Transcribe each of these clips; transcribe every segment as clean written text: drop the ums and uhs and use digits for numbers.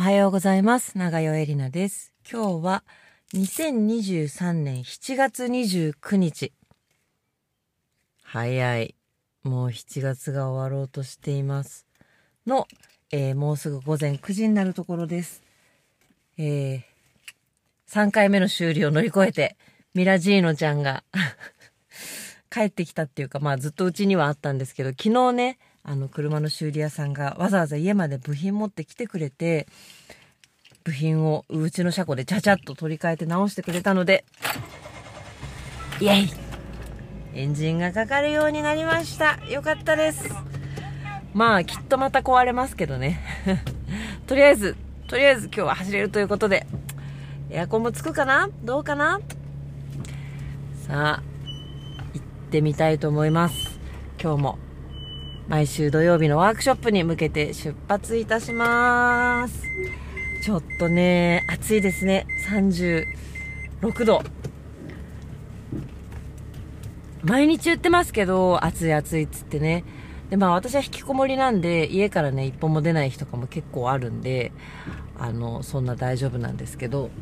はようございます。長代絵里奈です。今日は2023年7月29日。早い。もう7月が終わろうとしています。もうすぐ午前9時になるところです。3回目の修理を乗り越えて、ミラジーノちゃんが帰ってきたっていうか、ずっとうちにはあったんですけど、昨日ね、車の修理屋さんがわざわざ家まで部品持ってきてくれて、部品をうちの車庫でちゃちゃっと取り替えて直してくれたので、イエイ！エンジンがかかるようになりました。よかったです。きっとまた壊れますけどね。とりあえず今日は走れるということで、エアコンもつくかな？どうかな？さあ、行ってみたいと思います。今日も毎週土曜日のワークショップに向けて出発いたします。ちょっとね、暑いですね。36度。毎日言ってますけど、暑いっつってね。で、私は引きこもりなんで、家からね、一歩も出ない日とかも結構あるんで、そんな大丈夫なんですけど、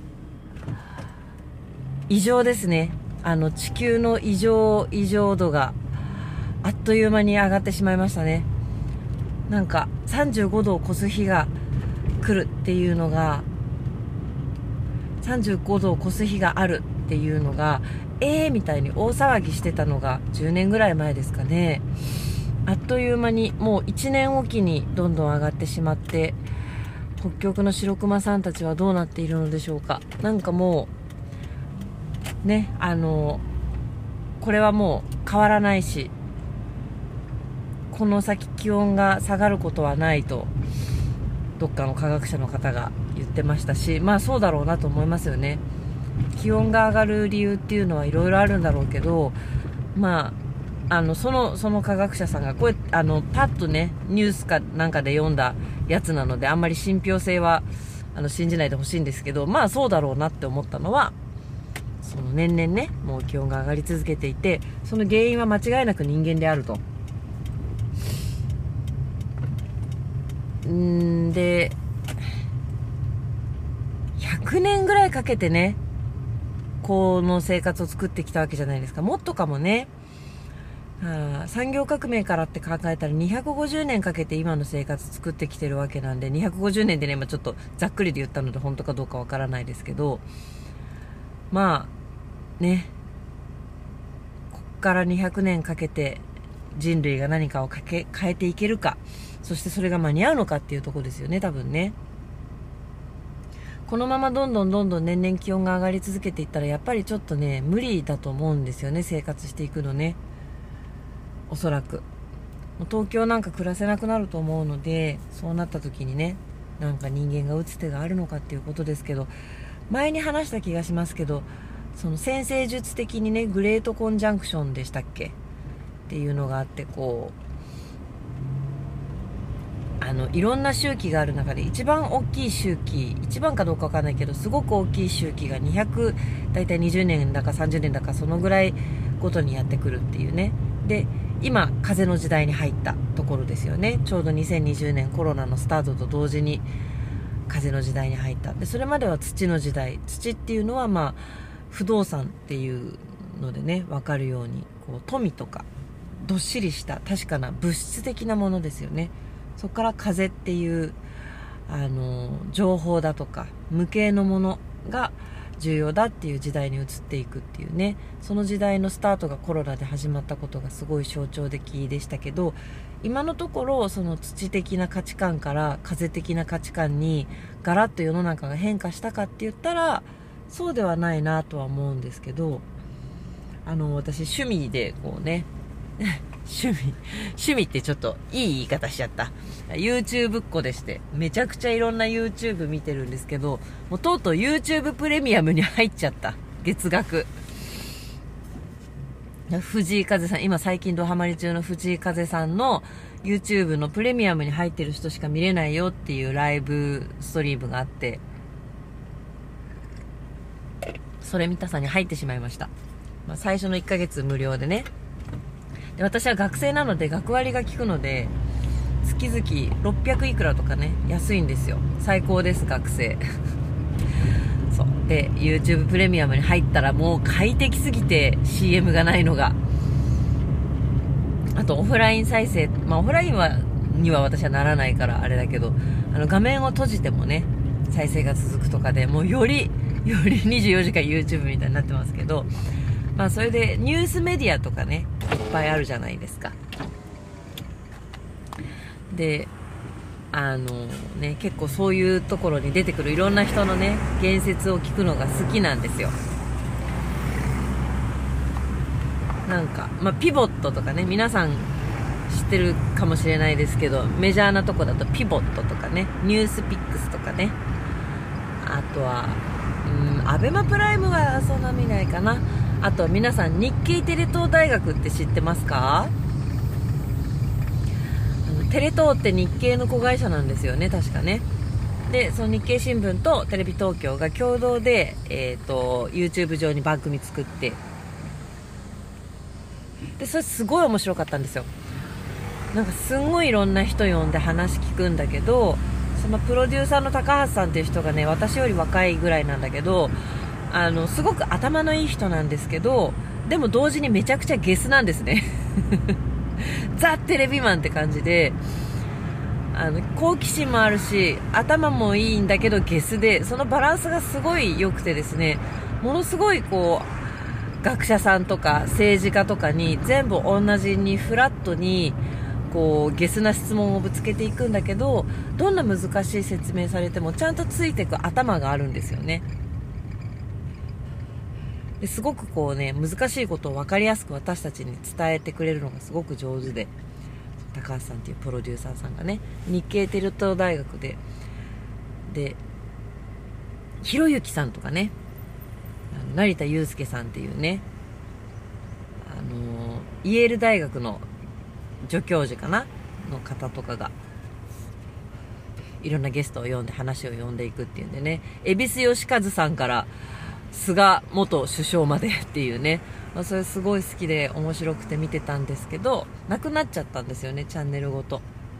異常ですね。地球の異常度があっという間に上がってしまいましたね。なんか35度を超す日が来るっていうのが、35度を超す日があるっていうのが、みたいに大騒ぎしてたのが10年ぐらい前ですかね。あっという間にもう1年おきにどんどん上がってしまって、北極の白熊さんたちはどうなっているのでしょうか。なんかもうね、これはもう変わらないし、この先気温が下がることはないとどっかの科学者の方が言ってましたし、そうだろうなと思いますよね。気温が上がる理由っていうのはいろいろあるんだろうけど、その科学者さんがこうパッとねニュースかなんかで読んだやつなので、あんまり信憑性は信じないでほしいんですけど、そうだろうなって思ったのは、その年々ねもう気温が上がり続けていて、その原因は間違いなく人間であると。で100年ぐらいかけてねこの生活を作ってきたわけじゃないですか。もっとかもね。産業革命からって考えたら250年かけて今の生活作ってきてるわけなんで、250年でね、今ちょっとざっくりで言ったので本当かどうかわからないですけど、ね、こっから200年かけて人類が何かを変えていけるか、そしてそれが間に合うのかっていうところですよね、多分ね。このままどんどん年々気温が上がり続けていったら、やっぱりちょっとね無理だと思うんですよね、生活していくのね。おそらく東京なんか暮らせなくなると思うので、そうなった時にね、なんか人間が打つ手があるのかっていうことですけど、前に話した気がしますけど、その占星術的にね、グレートコンジャンクションでしたっけっていうのがあって、こういろんな周期がある中で一番大きい周期、一番かどうかわかんないけどすごく大きい周期がだいたい20年だか30年だかそのぐらいごとにやってくるっていうね。で今風の時代に入ったところですよね。ちょうど2020年コロナのスタートと同時に風の時代に入った。でそれまでは土の時代。土っていうのは不動産っていうのでね分かるように、こう富とかどっしりした確かな物質的なものですよね。そこから風っていう情報だとか無形のものが重要だっていう時代に移っていくっていうね。その時代のスタートがコロナで始まったことがすごい象徴的でしたけど、今のところその土的な価値観から風的な価値観にガラッと世の中が変化したかって言ったらそうではないなとは思うんですけど、私趣味でこうね趣味ってちょっといい言い方しちゃった。 YouTube っ子でして、めちゃくちゃいろんな YouTube 見てるんですけど、もうとうとう YouTube プレミアムに入っちゃった。月額藤井風さん、今最近ドハマり中の藤井風さんの YouTube のプレミアムに入ってる人しか見れないよっていうライブストリームがあって、それ見たさに入ってしまいました。最初の1ヶ月無料でね。で私は学生なので学割が効くので、 月々600いくらとかね、安いんですよ。最高です、学生。そうで YouTube プレミアムに入ったらもう快適すぎて CM がないのが、あとオフライン再生、オフラインには私はならないからあれだけど、画面を閉じてもね再生が続くとかで、もうより24時間 YouTube みたいになってますけど、それでニュースメディアとかねいっぱいあるじゃないですか。で結構そういうところに出てくるいろんな人のね言説を聞くのが好きなんですよ。なんか、ピボットとかね、皆さん知ってるかもしれないですけど、メジャーなとこだとピボットとかね、ニュースピックスとかね、あとはアベマプライムはそんな見ないかな。あと皆さん日経テレ東大学って知ってますか？テレ東って日経の子会社なんですよね、確かね。でその日経新聞とテレビ東京が共同で、YouTube 上に番組作って、でそれすごい面白かったんですよ。なんかすんごいいろんな人呼んで話聞くんだけど、そのプロデューサーの高橋さんっていう人がね、私より若いぐらいなんだけど、すごく頭のいい人なんですけど、でも同時にめちゃくちゃゲスなんですね。ザ・テレビマンって感じで、好奇心もあるし頭もいいんだけどゲスで、そのバランスがすごい良くてですね、ものすごいこう学者さんとか政治家とかに全部同じにフラットにこうゲスな質問をぶつけていくんだけど、どんな難しい説明されてもちゃんとついていく頭があるんですよね。ですごくこうね、難しいことを分かりやすく私たちに伝えてくれるのがすごく上手で、高橋さんっていうプロデューサーさんがね、日経テレ東大学でひろゆきさんとかね、成田悠輔さんっていうね、イェール大学の助教授かなの方とかがいろんなゲストを呼んで話を呼んでいくっていうんでね、恵比寿義和さんから菅元首相までっていうね、それすごい好きで面白くて見てたんですけど、なくなっちゃったんですよね、チャンネルごと。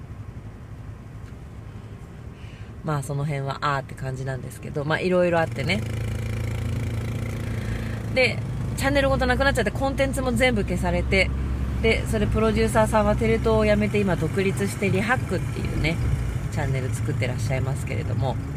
その辺はって感じなんですけど、いろいろあってね。でチャンネルごとなくなっちゃって、コンテンツも全部消されて、でそれプロデューサーさんはテレ東を辞めて今独立してリハックっていうねチャンネル作ってらっしゃいますけれども、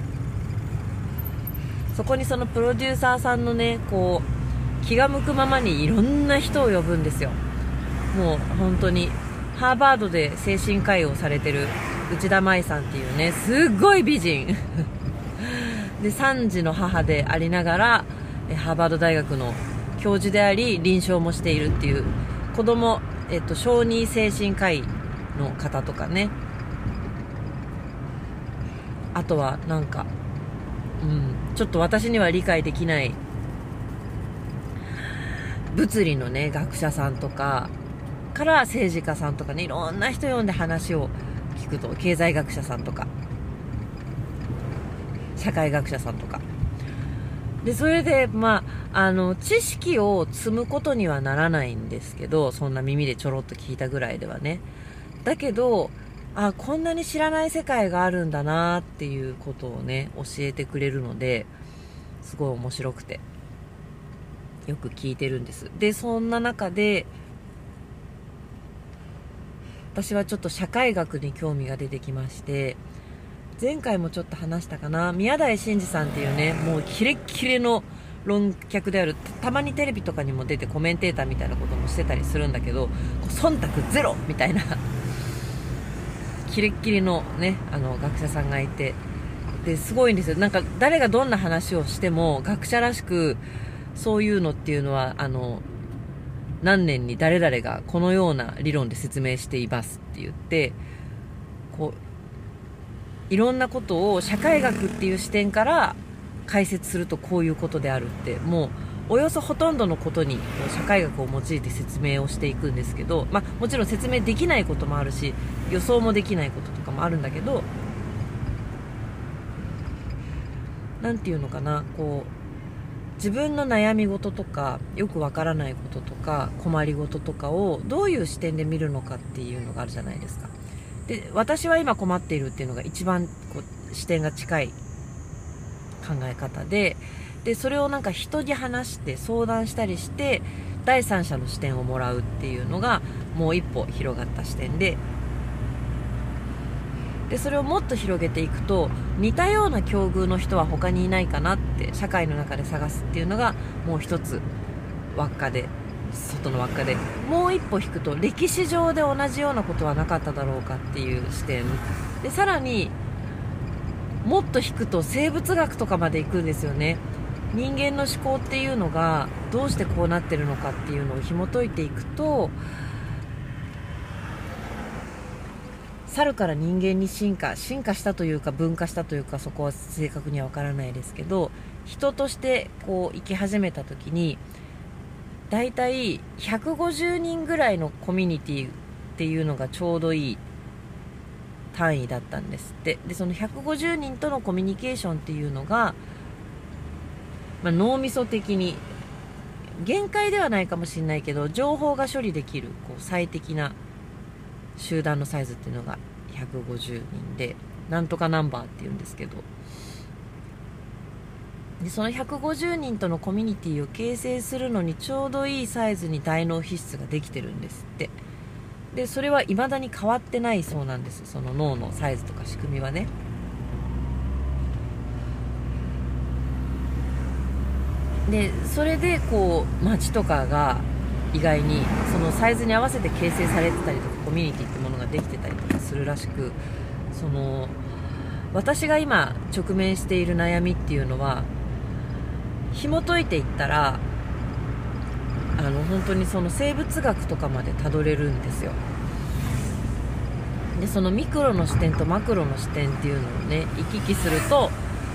そこにそのプロデューサーさんのねこう気が向くままにいろんな人を呼ぶんですよ。もう本当にハーバードで精神科医をされてる内田舞さんっていうね、すっごい美人で3児の母でありながらハーバード大学の教授であり臨床もしているっていう子供、小児精神科医の方とかね、あとはなんかちょっと私には理解できない物理のね学者さんとかから政治家さんとかね、いろんな人呼んで話を聞くと、経済学者さんとか社会学者さんとかで、それで知識を積むことにはならないんですけど、そんな耳でちょろっと聞いたぐらいではね。だけどこんなに知らない世界があるんだなっていうことをね教えてくれるので、すごい面白くてよく聞いてるんです。でそんな中で私はちょっと社会学に興味が出てきまして、前回もちょっと話したかな、宮台真司さんっていうね、もうキレッキレの論客である、たまにテレビとかにも出てコメンテーターみたいなこともしてたりするんだけど、忖度ゼロみたいなキレッキレのね学者さんがいて、ですごいんですよ。なんか誰がどんな話をしても学者らしく、そういうのっていうのは何年に誰々がこのような理論で説明していますって言って、こういろんなことを社会学っていう視点から解説するとこういうことであるって、もうおよそほとんどのことに社会学を用いて説明をしていくんですけど、もちろん説明できないこともあるし予想もできないこととかもあるんだけど、なんていうのかな、こう自分の悩み事とかよくわからないこととか困りごととかをどういう視点で見るのかっていうのがあるじゃないですか。 で、私は今困っているっていうのが一番こう視点が近い考え方で、それをなんか人に話して相談したりして第三者の視点をもらうっていうのがもう一歩広がった視点で、それをもっと広げていくと、似たような境遇の人は他にいないかなって社会の中で探すっていうのがもう一つ輪っかで、外の輪っかで、もう一歩引くと歴史上で同じようなことはなかっただろうかっていう視点で、さらにもっと引くと生物学とかまで行くんですよね。人間の思考っていうのがどうしてこうなってるのかっていうのを紐解いていくと、猿から人間に進化したというか分化したというか、そこは正確には分からないですけど、人としてこう生き始めた時にだいたい150人ぐらいのコミュニティっていうのがちょうどいい単位だったんですって。でその150人とのコミュニケーションっていうのが、脳みそ的に限界ではないかもしれないけど、情報が処理できるこう最適な集団のサイズっていうのが150人で、なんとかナンバーっていうんですけど、でその150人とのコミュニティを形成するのにちょうどいいサイズに大脳皮質ができてるんですって。でそれは未だに変わってないそうなんです、その脳のサイズとか仕組みはね。でそれでこう街とかが意外にそのサイズに合わせて形成されてたりとか、コミュニティってものができてたりとかするらしく、その私が今直面している悩みっていうのは紐解いていったら本当にその生物学とかまでたどれるんですよ。でそのミクロの視点とマクロの視点っていうのをね行き来すると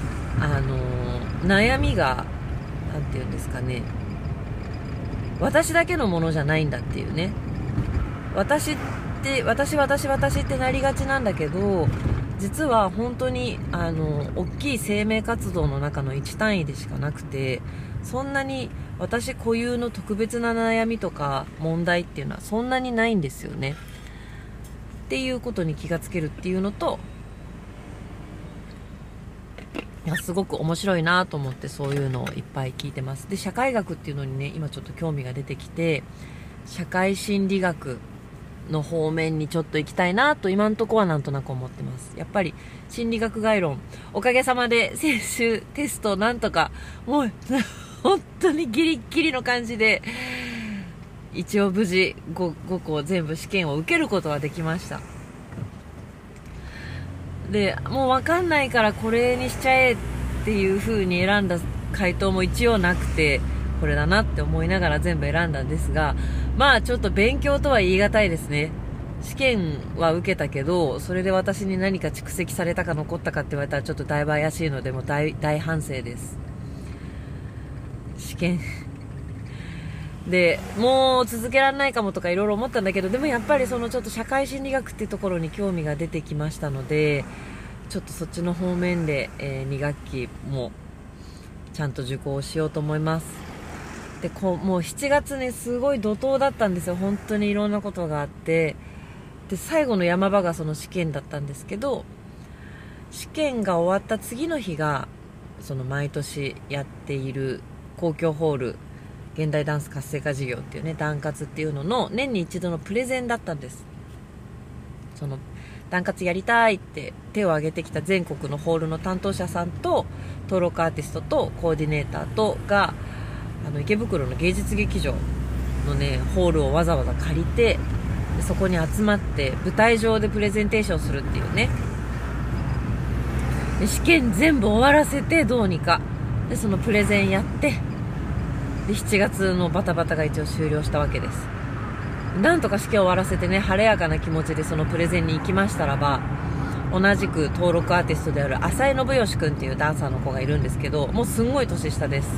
悩みがなんていうんですかね、私だけのものじゃないんだっていうね。私ってなりがちなんだけど、実は本当に大きい生命活動の中の一単位でしかなくて、そんなに私固有の特別な悩みとか問題っていうのはそんなにないんですよねっていうことに気がつけるっていうのと、すごく面白いなと思って、そういうのをいっぱい聞いてます。で社会学っていうのにね今ちょっと興味が出てきて、社会心理学の方面にちょっと行きたいなと今のところはなんとなく思ってます。やっぱり心理学概論、おかげさまで先週テストなんとかもう本当にギリギリの感じで一応無事 5個全部試験を受けることができました。でもう分かんないからこれにしちゃえっていう風に選んだ回答も一応なくて、これだなって思いながら全部選んだんですが、ちょっと勉強とは言い難いですね。試験は受けたけど、それで私に何か蓄積されたか残ったかって言われたらちょっとだいぶ怪しいので、もう大反省です。試験でもう続けられないかもとかいろいろ思ったんだけど、でもやっぱりそのちょっと社会心理学っていうところに興味が出てきましたので、ちょっとそっちの方面で、2学期もちゃんと受講しようと思います。でもう7月ねすごい怒涛だったんですよ。本当にいろんなことがあって、で最後の山場がその試験だったんですけど、試験が終わった次の日がその毎年やっている公共ホール現代ダンス活性化事業っていうね、ダン活っていうのの年に一度のプレゼンだったんです。そのダン活やりたいって手を挙げてきた全国のホールの担当者さんと登録アーティストとコーディネーターとが池袋の芸術劇場のねホールをわざわざ借りて、でそこに集まって舞台上でプレゼンテーションするっていうね。で試験全部終わらせてどうにかでそのプレゼンやって、で7月のバタバタが一応終了したわけです。なんとか試験終わらせてね、晴れやかな気持ちでそのプレゼンに行きましたらば、同じく登録アーティストである浅井信義くんっていうダンサーの子がいるんですけど、もうすんごい年下です。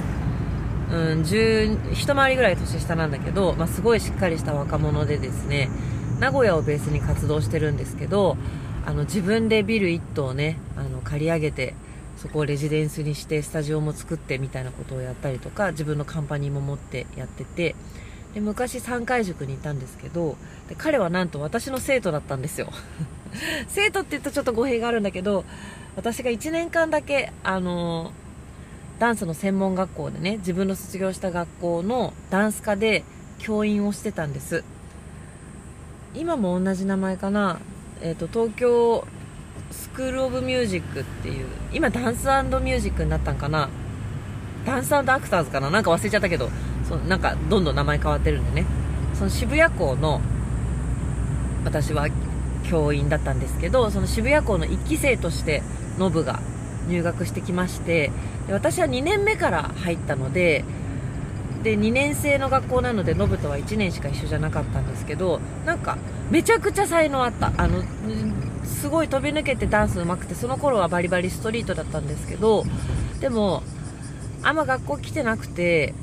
一回りぐらい年下なんだけど、すごいしっかりした若者でですね、名古屋をベースに活動してるんですけど、自分でビル1棟をね借り上げて、そこをレジデンスにしてスタジオも作ってみたいなことをやったりとか、自分のカンパニーも持ってやってて、で昔三海塾にいたんですけど、で彼はなんと私の生徒だったんですよ生徒って言うとちょっと語弊があるんだけど、私が1年間だけダンスの専門学校でね、自分の卒業した学校のダンス科で教員をしてたんです。今も同じ名前かな。東京スクールオブミュージックっていう、今ダンス&ミュージックになったんかな、ダンス&アクターズかな、なんか忘れちゃったけど、なんかどんどん名前変わってるんでね、その渋谷校の私は教員だったんですけど、その渋谷校の1期生としてノブが入学してきまして、で私は2年目から入ったので、2年生の学校なのでノブとは1年しか一緒じゃなかったんですけど、なんかめちゃくちゃ才能あった。すごい飛び抜けてダンス上手くて、その頃はバリバリストリートだったんですけど、でもあんま学校来てなくて、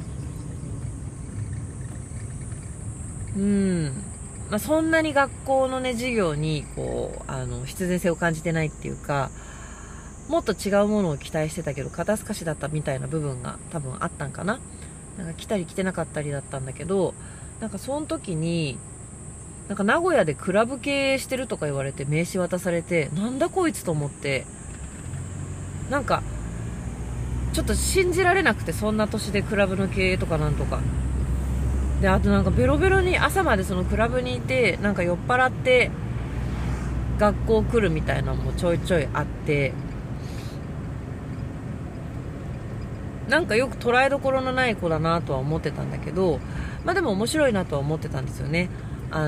そんなに学校のね授業に必然性を感じてないっていうか、もっと違うものを期待してたけど肩透かしだったみたいな部分が多分あったんかな。なんか来たり来てなかったりだったんだけど、なんかその時になんか名古屋でクラブ経営してるとか言われて名刺渡されて、なんだこいつと思って、なんかちょっと信じられなくて、そんな年でクラブの経営とかなんとかで、あとなんかベロベロに朝までそのクラブにいて、なんか酔っ払って学校来るみたいなのもちょいちょいあって、なんかよく捉えどころのない子だなとは思ってたんだけど、でも面白いなとは思ってたんですよね。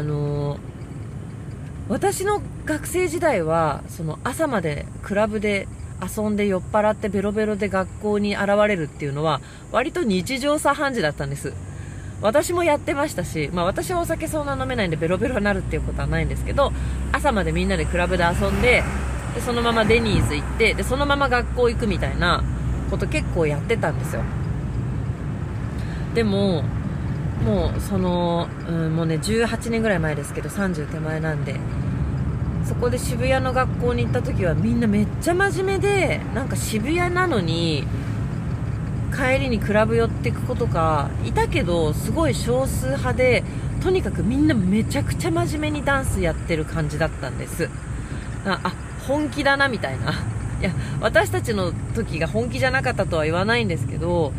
私の学生時代はその朝までクラブで遊んで酔っ払ってベロベロで学校に現れるっていうのは割と日常茶飯事だったんです。私もやってましたし、私はお酒そんな飲めないんでベロベロになるっていうことはないんですけど、朝までみんなでクラブで遊んで、そのままデニーズ行って、でそのまま学校行くみたいなこと結構やってたんですよ。でももうもうね18年ぐらい前ですけど、30手前なんで、そこで渋谷の学校に行った時はみんなめっちゃ真面目で、なんか渋谷なのに帰りにクラブ寄っていく子とかいたけど、すごい少数派で、とにかくみんなめちゃくちゃ真面目にダンスやってる感じだったんです。本気だなみたいな。いや、私たちの時が本気じゃなかったとは言わないんですけど、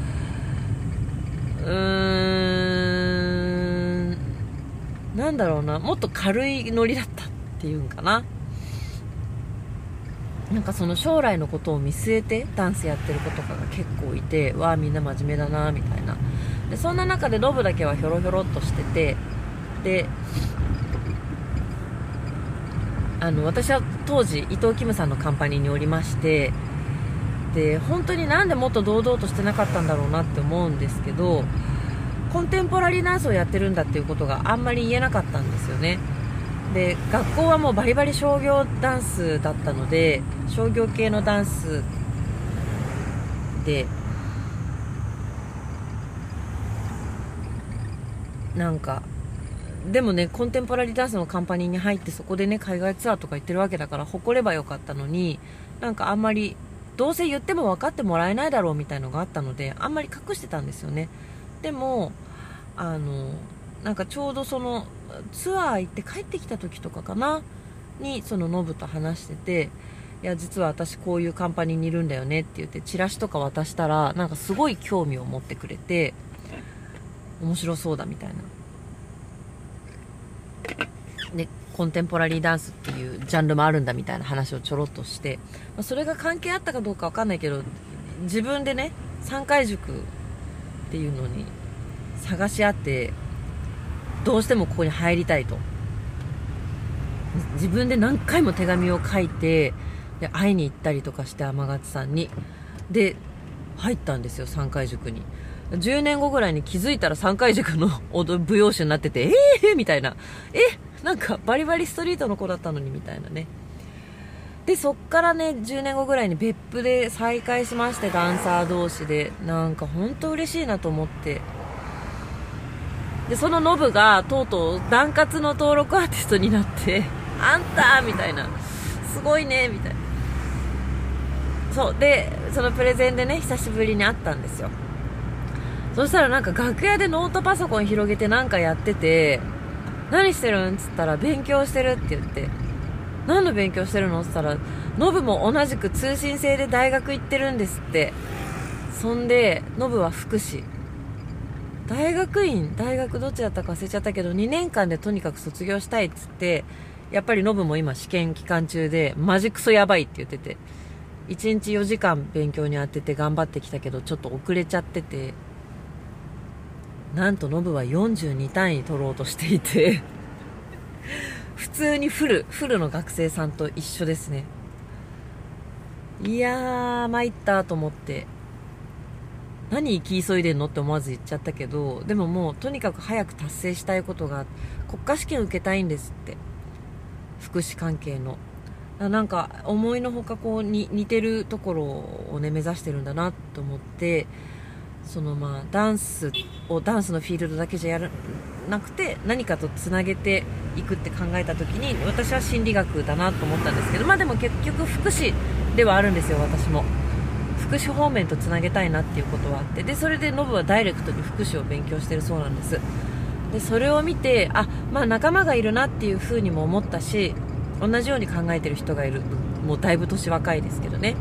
なんだろうな、もっと軽いノリだったっていうんかな。なんかその将来のことを見据えてダンスやってる子とかが結構いて、わあみんな真面目だなみたいな。でそんな中でノブだけはひょろひょろっとしてて、で私は当時伊藤キムさんのカンパニーにおりまして、で本当になんでもっと堂々としてなかったんだろうなって思うんですけど、コンテンポラリーダンスをやってるんだっていうことがあんまり言えなかったんですよね。で学校はもうバリバリ商業ダンスだったので、商業系のダンスで、なんかでもねコンテンポラリーダンスのカンパニーに入って、そこでね海外ツアーとか行ってるわけだから誇ればよかったのに、なんかあんまりどうせ言っても分かってもらえないだろうみたいのがあったので、あんまり隠してたんですよね。でもなんかちょうどそのツアー行って帰ってきた時とかかなに、そのノブと話してて、いや実は私こういうカンパニーにいるんだよねって言ってチラシとか渡したら、なんかすごい興味を持ってくれて、面白そうだみたいな。でコンテンポラリーダンスっていうジャンルもあるんだみたいな話をちょろっとして、それが関係あったかどうかわかんないけど、自分でね3回塾っていうのに探し合って、どうしてもここに入りたいと、自分で何回も手紙を書いて、で会いに行ったりとかして、天勝さんにで入ったんですよ、3回塾に。10年後ぐらいに気づいたら3回塾の舞踊師になってて、みたいな、なんかバリバリストリートの子だったのにみたいなね。でそっからね10年後ぐらいに別府で再会しまして、ダンサー同士で。なんか本当嬉しいなと思って、でそのノブがとうとうダンカツの登録アーティストになって、あんたみたいな、すごいねみたいな。そうでそのプレゼンでね久しぶりに会ったんですよ。そしたらなんか楽屋でノートパソコン広げてなんかやってて、何してるんっつったら、勉強してるって言って、 何の勉強してるのって言ったら、ノブも同じく通信制で大学行ってるんですって。そんでノブは福祉大学どっちだったか忘れちゃったけど、2年間でとにかく卒業したいっつって、やっぱりノブも今試験期間中でマジクソやばいって言ってて、1日4時間勉強に当てて頑張ってきたけどちょっと遅れちゃってて、なんとノブは42単位取ろうとしていて普通にフルの学生さんと一緒ですね。いやー参ったと思って、何行き急いでんのって思わず言っちゃったけど、でももうとにかく早く達成したいことが、国家試験受けたいんですって、福祉関係の。なんか思いのほかこうに似てるところをね目指してるんだなと思って、そのダンスのフィールドだけじゃやらなくて何かとつなげていくって考えた時に、私は心理学だなと思ったんですけど、でも結局福祉ではあるんですよ。私も福祉方面とつなげたいなっていうことはあって、でそれでノブはダイレクトに福祉を勉強してるそうなんです。でそれを見て、仲間がいるなっていう風にも思ったし、同じように考えてる人がいる。もうだいぶ年若いですけどね。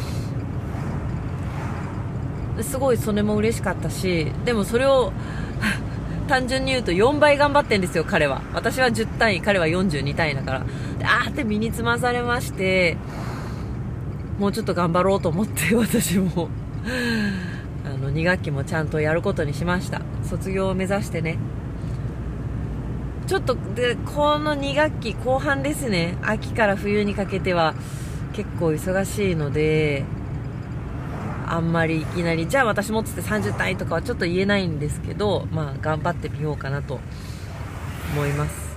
すごいそれも嬉しかったし、でもそれを単純に言うと4倍頑張ってんですよ、彼は。私は10単位、彼は42単位だから。でって身につまされまして、もうちょっと頑張ろうと思って私も2学期もちゃんとやることにしました。卒業を目指してね。ちょっとでこの2学期後半ですね、秋から冬にかけては結構忙しいので、あんまりいきなりじゃあ私もっつって30単位とかはちょっと言えないんですけど、頑張ってみようかなと思います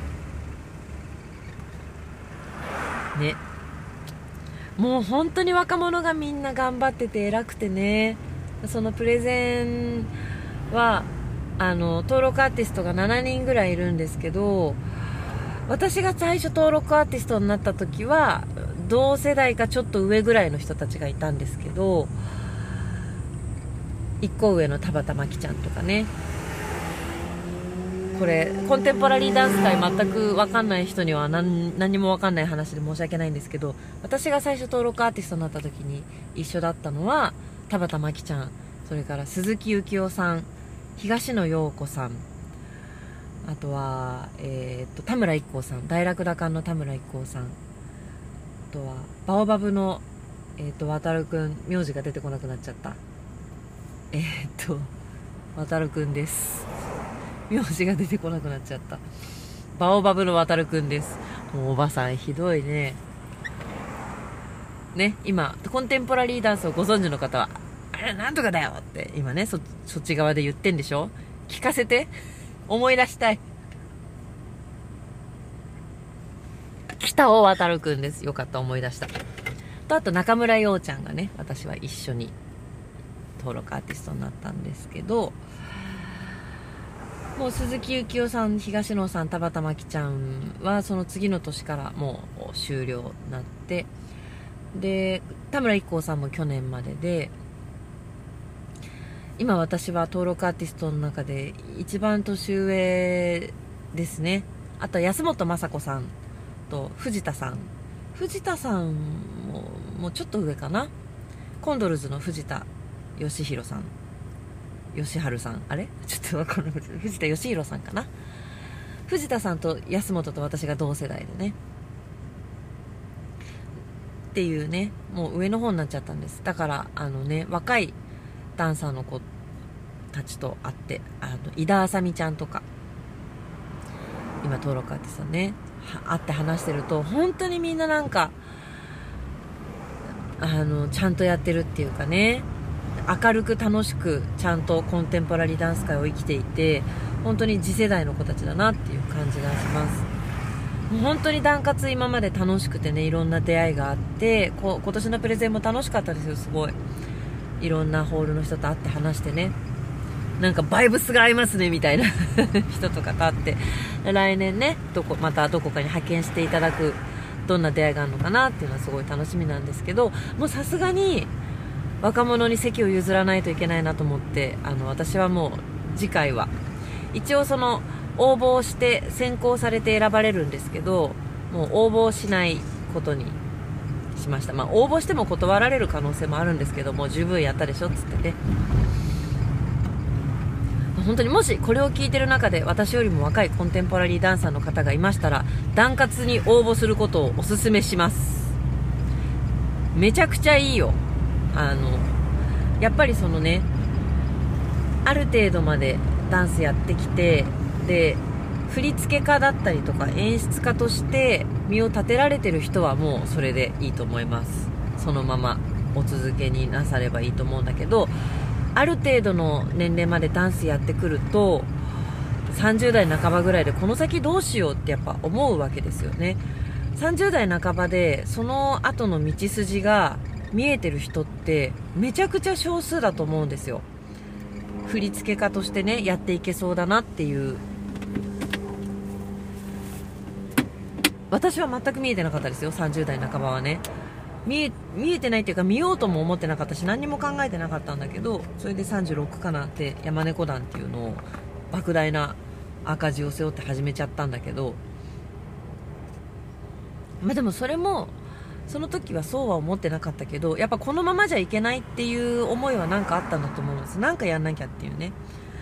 ね。もう本当に若者がみんな頑張ってて偉くてね。そのプレゼンは登録アーティストが7人ぐらいいるんですけど、私が最初登録アーティストになった時は同世代かちょっと上ぐらいの人たちがいたんですけど、1個上の田畑真希ちゃんとかね。これコンテンポラリーダンス界全く分かんない人には何も分かんない話で申し訳ないんですけど、私が最初登録アーティストになった時に一緒だったのは田畑真希ちゃん、それから鈴木幸男さん、東野陽子さん、あとは、田村一行さん、大楽打感の田村一行さん、あとはバオバブの渡るくん、名字が出てこなくなっちゃった、渡るくんです。名字が出てこなくなっちゃった。バオバブの渡るくんです。もうおばさんひどいね。ね、今コンテンポラリーダンスをご存知の方はなんとかだよって今ね、そっち側で言ってんでしょ。聞かせて、思い出したい。北尾渡くんです。よかった、思い出した。とあと中村陽ちゃんがね、私は一緒に登録アーティストになったんですけど、もう鈴木幸男さん、東野さん、田畑真希ちゃんはその次の年からもう終了になって、で田村一行さんも去年までで、今私は登録アーティストの中で一番年上ですね。あとは安本雅子さんと藤田さんもうちょっと上かな。コンドルズの藤田義弘さん、義治さん、あれちょっとわかんない。藤田義弘さんかな。藤田さんと安本と私が同世代でねっていうね、もう上の方になっちゃったんです。だから若いダンサーの子たちと会って、井田あさみちゃんとか今登録アーティストね会って話してると、本当にみんななんかちゃんとやってるっていうかね、明るく楽しくちゃんとコンテンポラリーダンス界を生きていて、本当に次世代の子たちだなっていう感じがします。もう本当にダンカツ今まで楽しくてね、いろんな出会いがあって、今年のプレゼンも楽しかったですよ。すごいいろんなホールの人と会って話してね、なんかバイブスが合いますねみたいな人とかと会って、来年ねまたどこかに派遣していただく、どんな出会いがあるのかなっていうのはすごい楽しみなんですけど、もうさすがに若者に席を譲らないといけないなと思って、私はもう次回は一応その応募して選考されて選ばれるんですけど、 もう応募しないことにしました。応募しても断られる可能性もあるんですけども、十分やったでしょっつってね。本当にもしこれを聞いてる中で私よりも若いコンテンポラリーダンサーの方がいましたら、ダンカツに応募することをお勧めします。めちゃくちゃいいよ。やっぱりそのね、ある程度までダンスやってきて、で振付家だったりとか演出家として身を立てられてる人はもうそれでいいと思います。そのままお続けになさればいいと思うんだけど、ある程度の年齢までダンスやってくると30代半ばぐらいでこの先どうしようってやっぱ思うわけですよね。30代半ばでその後の道筋が見えてる人ってめちゃくちゃ少数だと思うんですよ。振付家としてねやっていけそうだなっていう。私は全く見えてなかったですよ。30代半ばはね見えてないっていうか、見ようとも思ってなかったし何にも考えてなかったんだけど、それで36かなって山猫団っていうのを莫大な赤字を背負って始めちゃったんだけど、でもそれもその時はそうは思ってなかったけど、やっぱこのままじゃいけないっていう思いはなんかあったんだと思うんです。なんかやんなきゃっていうね。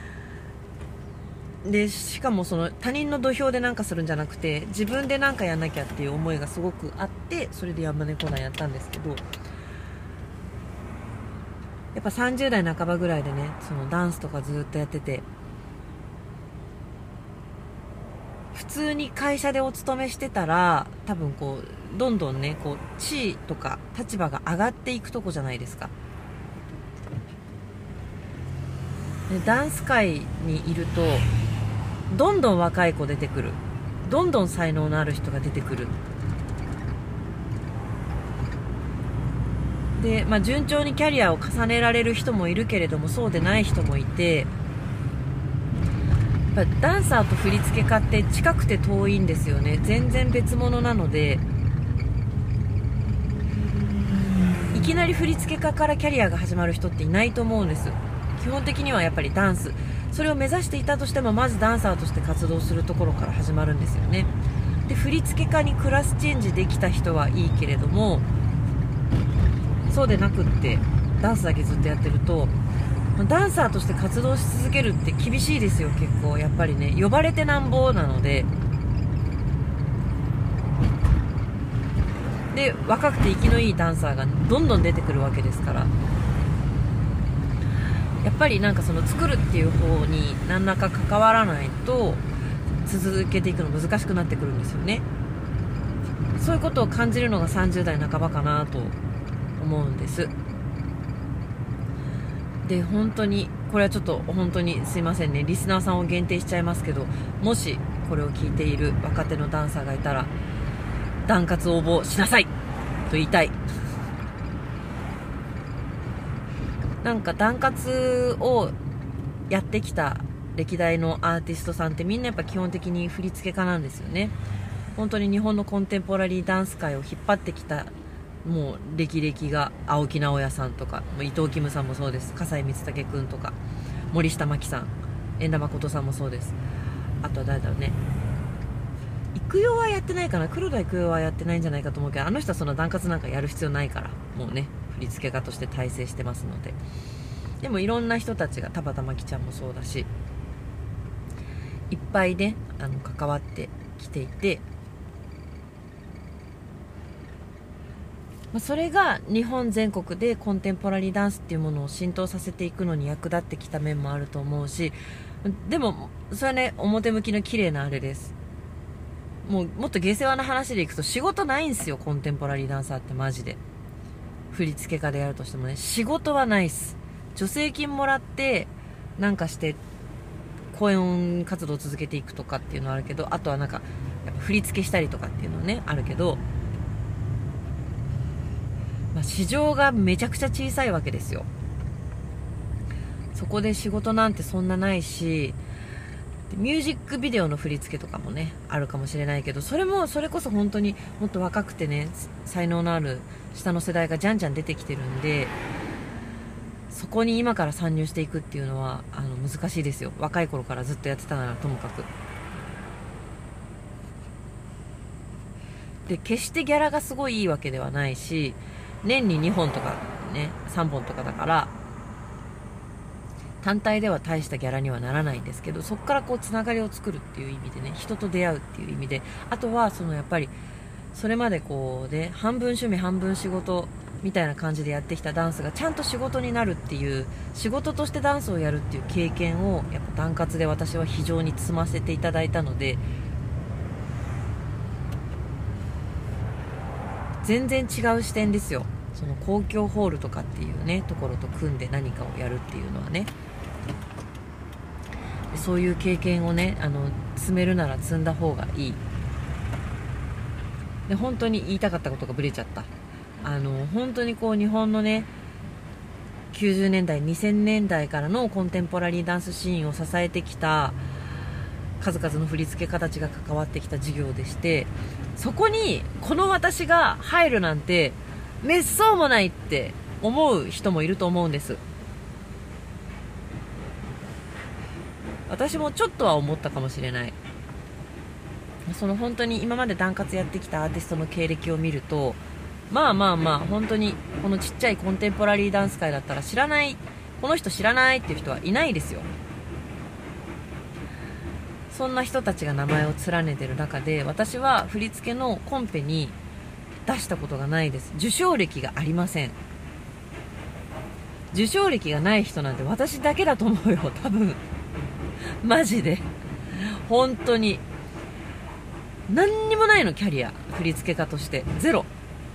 でしかもその他人の土俵でなんかするんじゃなくて自分でなんかやんなきゃっていう思いがすごくあって、それで山猫団やったんですけど、やっぱ30代半ばぐらいでね、そのダンスとかずっとやってて、普通に会社でお勤めしてたら多分こうどんどんねこう地位とか立場が上がっていくとこじゃないですか。でダンス界にいるとどんどん若い子出てくる、どんどん才能のある人が出てくる。で、順調にキャリアを重ねられる人もいるけれどもそうでない人もいて、やっぱダンサーと振付家って近くて遠いんですよね。全然別物なので、いきなり振付家からキャリアが始まる人っていないと思うんです。基本的にはやっぱりダンス、それを目指していたとしてもまずダンサーとして活動するところから始まるんですよね。で振付家にクラスチェンジできた人はいいけれども、そうでなくってダンスだけずっとやってるとダンサーとして活動し続けるって厳しいですよ。結構やっぱりね、呼ばれてなんぼなので、で若くて生きのいいダンサーがどんどん出てくるわけですから、やっぱりなんかその作るっていう方に何らか関わらないと続けていくの難しくなってくるんですよね。そういうことを感じるのが30代半ばかなと思うんです。で本当にこれはちょっと本当にすいませんね、リスナーさんを限定しちゃいますけど、もしこれを聞いている若手のダンサーがいたらダンカツ応募しなさいと言いたい。なんかダンカツをやってきた歴代のアーティストさんってみんなやっぱ基本的に振付家なんですよね。本当に日本のコンテンポラリーダンス界を引っ張ってきたもう歴々が青木直哉さんとか、伊藤キムさんもそうです、笠井光武君とか森下真希さん、遠田誠さんもそうです。あとは誰だろうね、育代はやってないかな、黒田育代はやってないんじゃないかと思うけど、あの人はそのダンカツなんかやる必要ないから、もうね振付家として大成してますので。でもいろんな人たちが、田畑真希ちゃんもそうだし、いっぱいね関わってきていて、それが日本全国でコンテンポラリーダンスっていうものを浸透させていくのに役立ってきた面もあると思うし、でもそれはね表向きの綺麗なあれです。もっと下世話な話でいくと仕事ないんですよ、コンテンポラリーダンサーって。マジで振付家でやるとしてもね、仕事はないっす。助成金もらってなんかして公演活動を続けていくとかっていうのはあるけど、あとはなんかやっぱ振り付けしたりとかっていうのねあるけど、市場がめちゃくちゃ小さいわけですよ。そこで仕事なんてそんなないし、ミュージックビデオの振り付けとかもねあるかもしれないけど、それこそ本当にもっと若くてね才能のある下の世代がじゃんじゃん出てきてるんで、そこに今から参入していくっていうのは難しいですよ。若い頃からずっとやってたならともかく。 で決してギャラがすごいいいわけではないし、年に2本とかね3本とかだから単体では大したギャラにはならないんですけど、そこからこうつながりを作るっていう意味でね、人と出会うっていう意味で、あとはそのやっぱりそれまでこうね、半分趣味半分仕事みたいな感じでやってきたダンスがちゃんと仕事になるっていう、仕事としてダンスをやるっていう経験をやっぱダンカツで私は非常に積ませていただいたので、全然違う視点ですよ。その公共ホールとかっていうねところと組んで何かをやるっていうのはね、そういう経験をね積めるなら積んだ方がいい。で本当に言いたかったことがブレちゃった。本当にこう日本のね90年代2000年代からのコンテンポラリーダンスシーンを支えてきた数々の振付家たちが関わってきた事業でして、そこにこの私が入るなんてめっそうもないって思う人もいると思うんです。私もちょっとは思ったかもしれない。その本当に今までダンカツやってきたアーティストの経歴を見ると、まあ本当にこのちっちゃいコンテンポラリーダンス界だったら知らない、この人知らないっていう人はいないですよ。そんな人たちが名前を連ねてる中で、私は振り付けのコンペに出したことがないです。受賞歴がありません。受賞歴がない人なんて私だけだと思うよ、多分。マジで本当に何にもないの、キャリア振付家としてゼロ。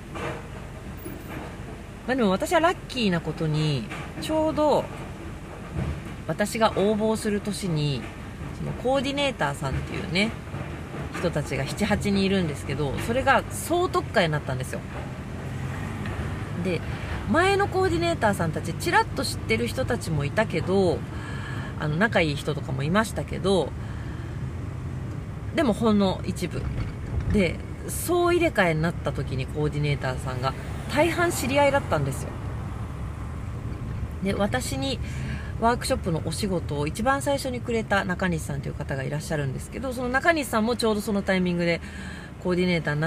でも私はラッキーなことに、ちょうど私が応募する年にそのコーディネーターさんっていうね人たちが 7,8 人いるんですけど、それが総特会になったんですよ。で前のコーディネーターさんたちちらっと知ってる人たちもいたけど、仲いい人とかもいましたけど、でもほんの一部で、総入れ替えになった時にコーディネーターさんが大半知り合いだったんですよ。で私にワークショップのお仕事を一番最初にくれた中西さんという方がいらっしゃるんですけど、その中西さんもちょうどそのタイミングでコーディネーターになって、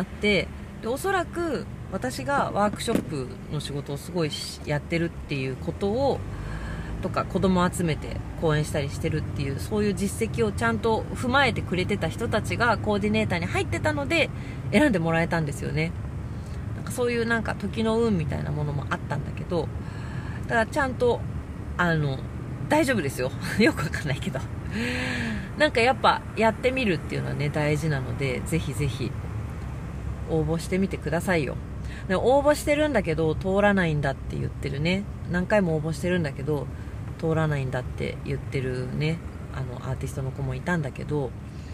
でおそらく私がワークショップの仕事をすごいやってるっていうことをとか、子供を集めて講演したりしてるっていう、そういう実績をちゃんと踏まえてくれてた人たちがコーディネーターに入ってたので選んでもらえたんですよね。なんかそういうなんか時の運みたいなものもあったんだけど、だからちゃんと大丈夫ですよよくわかんないけどなんかやっぱやってみるっていうのはね大事なので、ぜひぜひ応募してみてくださいよ。で応募してるんだけど通らないんだって言ってるね、何回も応募してるんだけど通らないんだって言ってるねアーティストの子もいたんだけど、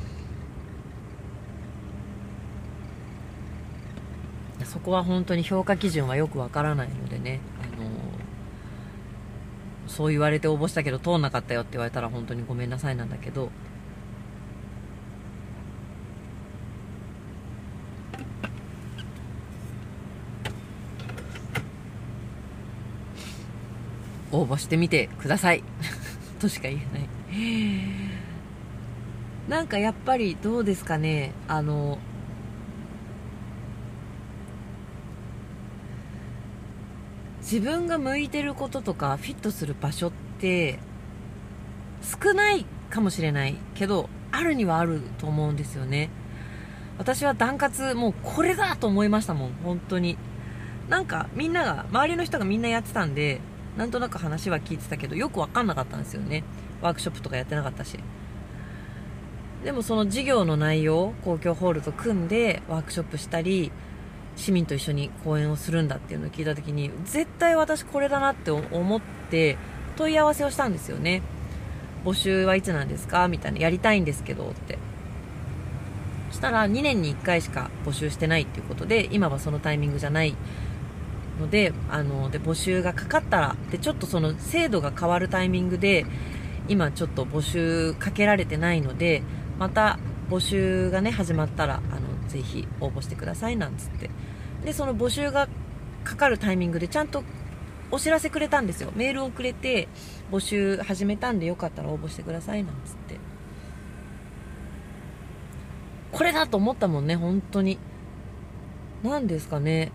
そこは本当に評価基準はよくわからないのでね、そう言われて応募したけど通んなかったよって言われたら本当にごめんなさいなんだけど、応募してみてくださいとしか言えないなんかやっぱりどうですかね、自分が向いてることとかフィットする場所って少ないかもしれないけど、あるにはあると思うんですよね。私はダンカツもうこれだと思いましたもん。本当になんかみんなが、周りの人がみんなやってたんで、なんとなく話は聞いてたけどよく分かんなかったんですよね。ワークショップとかやってなかったし。でもその授業の内容、公共ホールと組んでワークショップしたり市民と一緒に講演をするんだっていうのを聞いた時に、絶対私これだなって思って問い合わせをしたんですよね。募集はいつなんですかみたいな、やりたいんですけどって。そしたら2年に1回しか募集してないっていうことで、今はそのタイミングじゃないので、で募集がかかったらで、ちょっとその制度が変わるタイミングで今ちょっと募集かけられてないので、また募集がね始まったらぜひ応募してくださいなんつって、でその募集がかかるタイミングでちゃんとお知らせくれたんですよ。メールをくれて、募集始めたんでよかったら応募してくださいなんつって、これだと思ったもんね。本当になんですかね、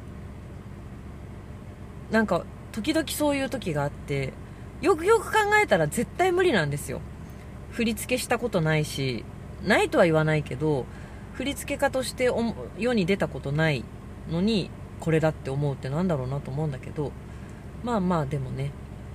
なんか時々そういう時があって、よくよく考えたら絶対無理なんですよ。振り付けしたことないし、ないとは言わないけど、振り付け家として世に出たことないのにこれだって思うってなんだろうなと思うんだけど、まあまあでもね、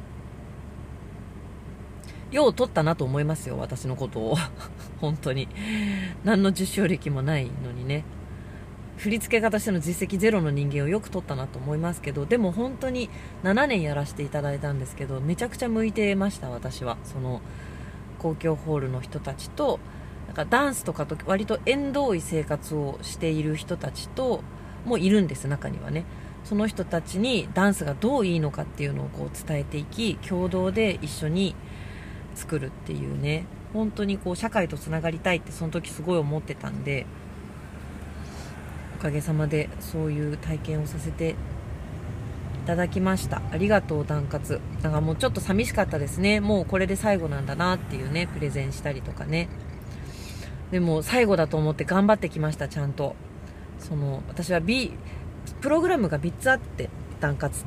よう取ったなと思いますよ、私のことを本当に何の受賞歴もないのにね、振り付け家としての実績ゼロの人間をよく取ったなと思いますけど、でも本当に7年やらせていただいたんですけど、めちゃくちゃ向いてました。私はその公共ホールの人たちと、なんかダンスとかと割と縁遠い生活をしている人たちともいるんです、中にはね。その人たちにダンスがどういいのかっていうのをこう伝えていき、共同で一緒に作るっていうね、本当にこう社会とつながりたいってその時すごい思ってたんで、おかげさまでそういう体験をさせていただきました。ありがとう、ダンカツ。だからもうちょっと寂しかったですね。もうこれで最後なんだなっていうね、プレゼンしたりとかね。でも最後だと思って頑張ってきました。ちゃんと私はプログラムが3つあって、ダンカツって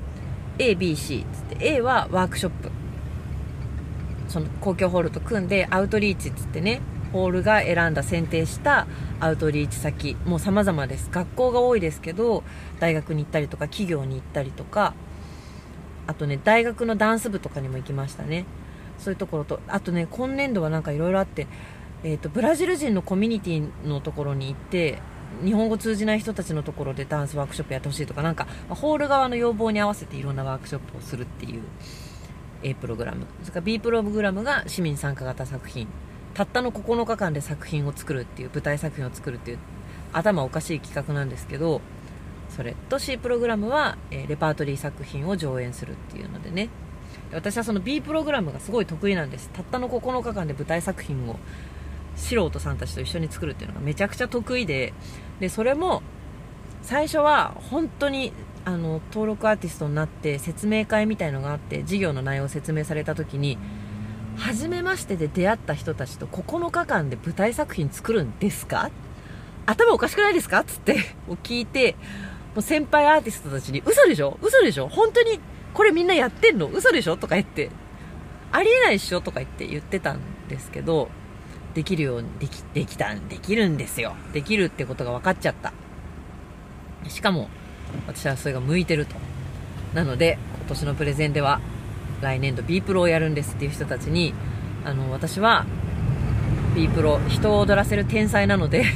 ABC つって、 A はワークショップ、その公共ホールと組んでアウトリーチつってね、ホールが選んだ選定したアウトリーチ先、もう様々です。学校が多いですけど、大学に行ったりとか企業に行ったりとか、あとね大学のダンス部とかにも行きましたね。そういうところと、あとね今年度はなんかいろいろあって、ブラジル人のコミュニティのところに行って、日本語通じない人たちのところでダンスワークショップやってほしいとか、なんかホール側の要望に合わせていろんなワークショップをするっていう A プログラム、それから B プログラムが市民参加型作品、たったの9日間で作品を作るっていう、舞台作品を作るっていう頭おかしい企画なんですけど、それと C プログラムは、レパートリー作品を上演するっていうのでね、私はその B プログラムがすごい得意なんです。たったの9日間で舞台作品を素人さんたちと一緒に作るっていうのがめちゃくちゃ得意で、それも最初は本当に登録アーティストになって説明会みたいのがあって、事業の内容を説明された時に、初めましてで出会った人たちと9日間で舞台作品作るんですか、頭おかしくないですかつって聞いて、もう先輩アーティストたちに嘘でしょ嘘でしょ本当にこれみんなやってんの嘘でしょとか言って、ありえないっしょとか言ってたんですけど、できるようにできるんですよ。できるってことが分かっちゃった。しかも私はそれが向いてると。なので今年のプレゼンでは来年度 B プロをやるんですっていう人たちに、私は B プロ人を踊らせる天才なので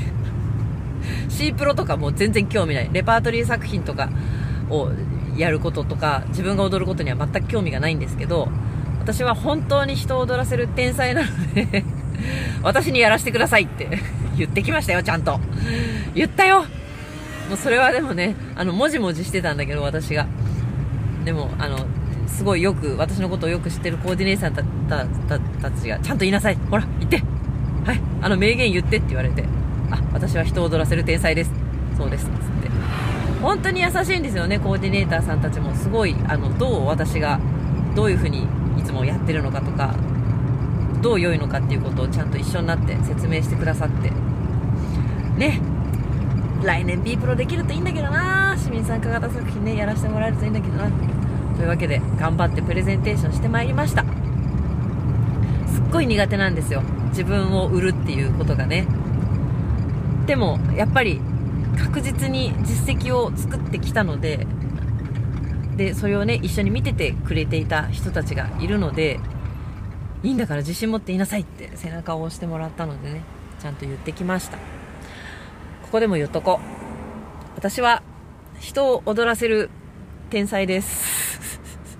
C プロとかもう全然興味ない、レパートリー作品とかをやることとか自分が踊ることには全く興味がないんですけど、私は本当に人を踊らせる天才なので私にやらせてくださいって言ってきましたよ。ちゃんと言ったよ。もうそれはでもね、もじもじしてたんだけど、私がでもすごいよく私のことをよく知ってるコーディネーターたちが、ちゃんと言いなさい、ほら言って、はい名言言ってって言われて、私は人を踊らせる天才です、そうですつって、本当に優しいんですよね。コーディネーターさんたちもすごいどう私がどういう風にいつもやってるのかとか、どう良いのかっていうことをちゃんと一緒になって説明してくださってね。来年 B プロできるといいんだけどな、市民参加型作品ねやらせてもらえるといいんだけどな。というわけで頑張ってプレゼンテーションしてまいりました。すっごい苦手なんですよ、自分を売るっていうことがね。でもやっぱり確実に実績を作ってきたので、それをね一緒に見ててくれていた人たちがいるので、いいんだから自信持って言いなさいって背中を押してもらったのでね、ちゃんと言ってきました。ここでも言っとこう、私は人を踊らせる天才です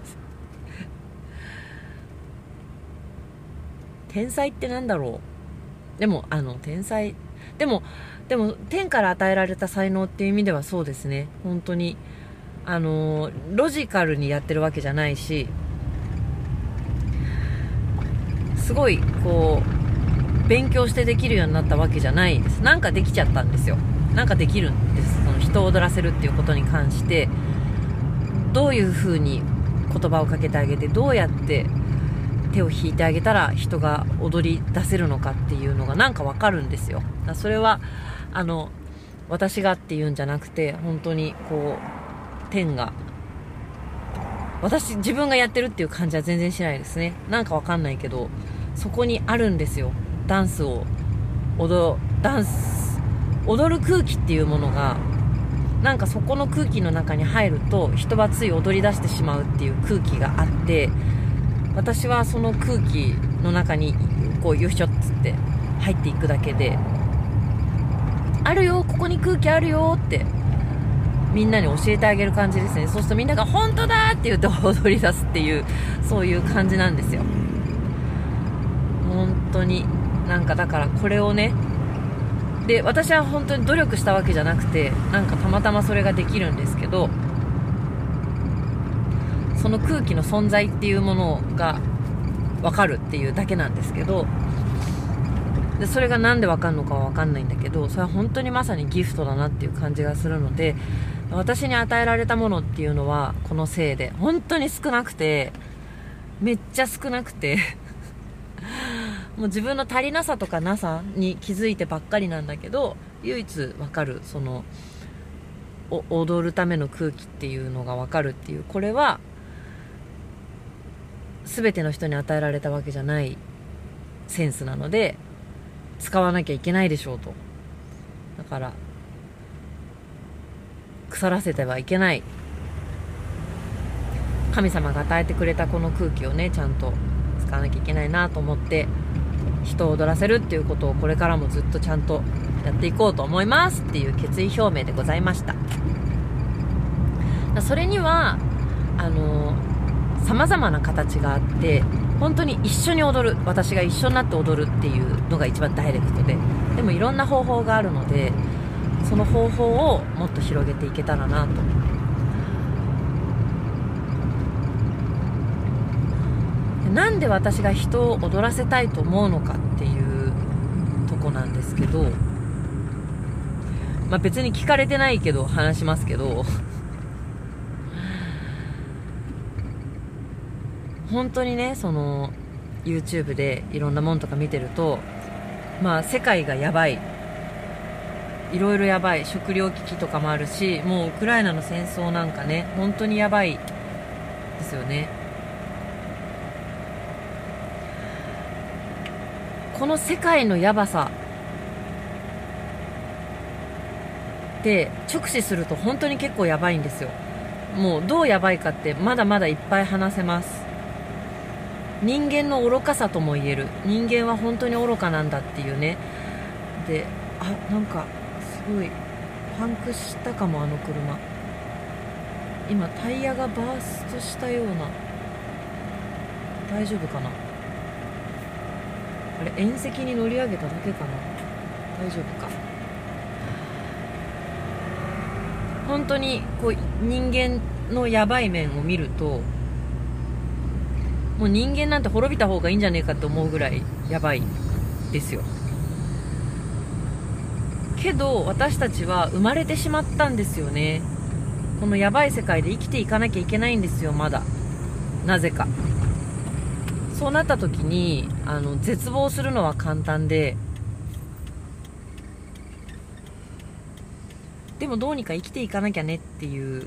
天才ってなんだろう。でも天才でも天から与えられた才能っていう意味ではそうですね。本当にロジカルにやってるわけじゃないし、すごいこう勉強してできるようになったわけじゃないです。なんかできちゃったんですよ。なんかできるんです。その人を踊らせるっていうことに関して、どういう風に言葉をかけてあげて、どうやって手を引いてあげたら人が踊り出せるのかっていうのがなんかわかるんですよ。それは私がっていうんじゃなくて、本当にこう天が、自分がやってるっていう感じは全然しないですね。なんかわかんないけど、そこにあるんですよ。踊る空気っていうものが、なんかそこの空気の中に入ると人はつい踊り出してしまうっていう空気があって、私はその空気の中にこうよいしょっつって入っていくだけで、あるよ、ここに空気あるよってみんなに教えてあげる感じですね。そうするとみんなが本当だって言って踊り出すっていう、そういう感じなんですよ。本当になんか、だからこれをね、で私は本当に努力したわけじゃなくて、なんかたまたまそれができるんですけど、その空気の存在っていうものが分かるっていうだけなんですけど、でそれがなんで分かるのかは分かんないんだけど、それは本当にまさにギフトだなっていう感じがするので、私に与えられたものっていうのはこのせいで本当に少なくて、めっちゃ少なくてもう自分の足りなさとかなさに気づいてばっかりなんだけど、唯一分かるその踊るための空気っていうのが分かるっていう、これは全ての人に与えられたわけじゃないセンスなので、使わなきゃいけないでしょうと。だから腐らせてはいけない、神様が与えてくれたこの空気をね、ちゃんと使わなきゃいけないなと思って、人を踊らせるっていうことをこれからもずっとちゃんとやっていこうと思いますっていう決意表明でございました。それには様々な形があって、本当に一緒に踊る、私が一緒になって踊るっていうのが一番ダイレクトで、でもいろんな方法があるので、その方法をもっと広げていけたらなと。なんで私が人を踊らせたいと思うのかっていうとこなんですけど、別に聞かれてないけど話しますけど本当にね、その YouTube でいろんなもんとか見てると、世界がやばい、いろいろやばい、食糧危機とかもあるし、もうウクライナの戦争なんかね、本当にやばいですよね。この世界のやばさで直視すると本当に結構やばいんですよ。もうどうやばいかってまだまだいっぱい話せます。人間の愚かさとも言える、人間は本当に愚かなんだっていうね。で、なんかすごいパンクしたかも、あの車。今タイヤがバーストしたような。大丈夫かな、あれ、縁石に乗り上げただけかな、大丈夫か。本当にこう人間のやばい面を見ると、もう人間なんて滅びた方がいいんじゃねえかって思うぐらいやばいですよ。けど私たちは生まれてしまったんですよね。このやばい世界で生きていかなきゃいけないんですよ、まだ。なぜか。そうなった時に絶望するのは簡単で、でもどうにか生きていかなきゃねっていう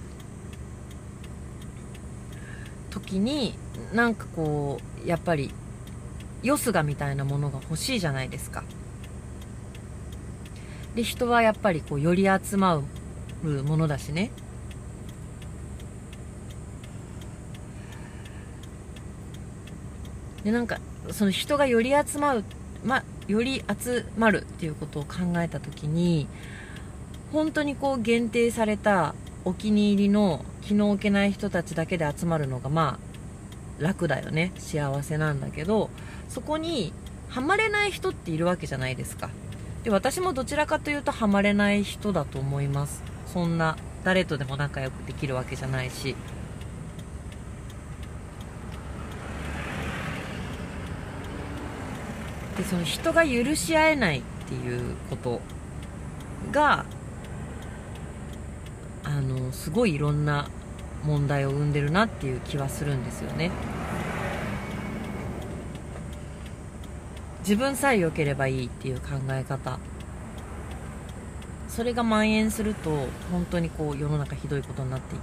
時に、なんかこうやっぱりよすがみたいなものが欲しいじゃないですか。で、人はやっぱりこうより集まるものだしね。で、なんかその人がより集まるっていうことを考えた時に、本当にこう限定されたお気に入りの気の置けない人たちだけで集まるのが楽だよね、幸せなんだけど、そこにハマれない人っているわけじゃないですか。で、私もどちらかというとハマれない人だと思います。そんな誰とでも仲良くできるわけじゃないし。で、その人が許し合えないっていうことがすごいいろんな問題を生んでるなっていう気はするんですよね。自分さえ良ければいいっていう考え方それが蔓延すると本当にこう世の中ひどいことになってい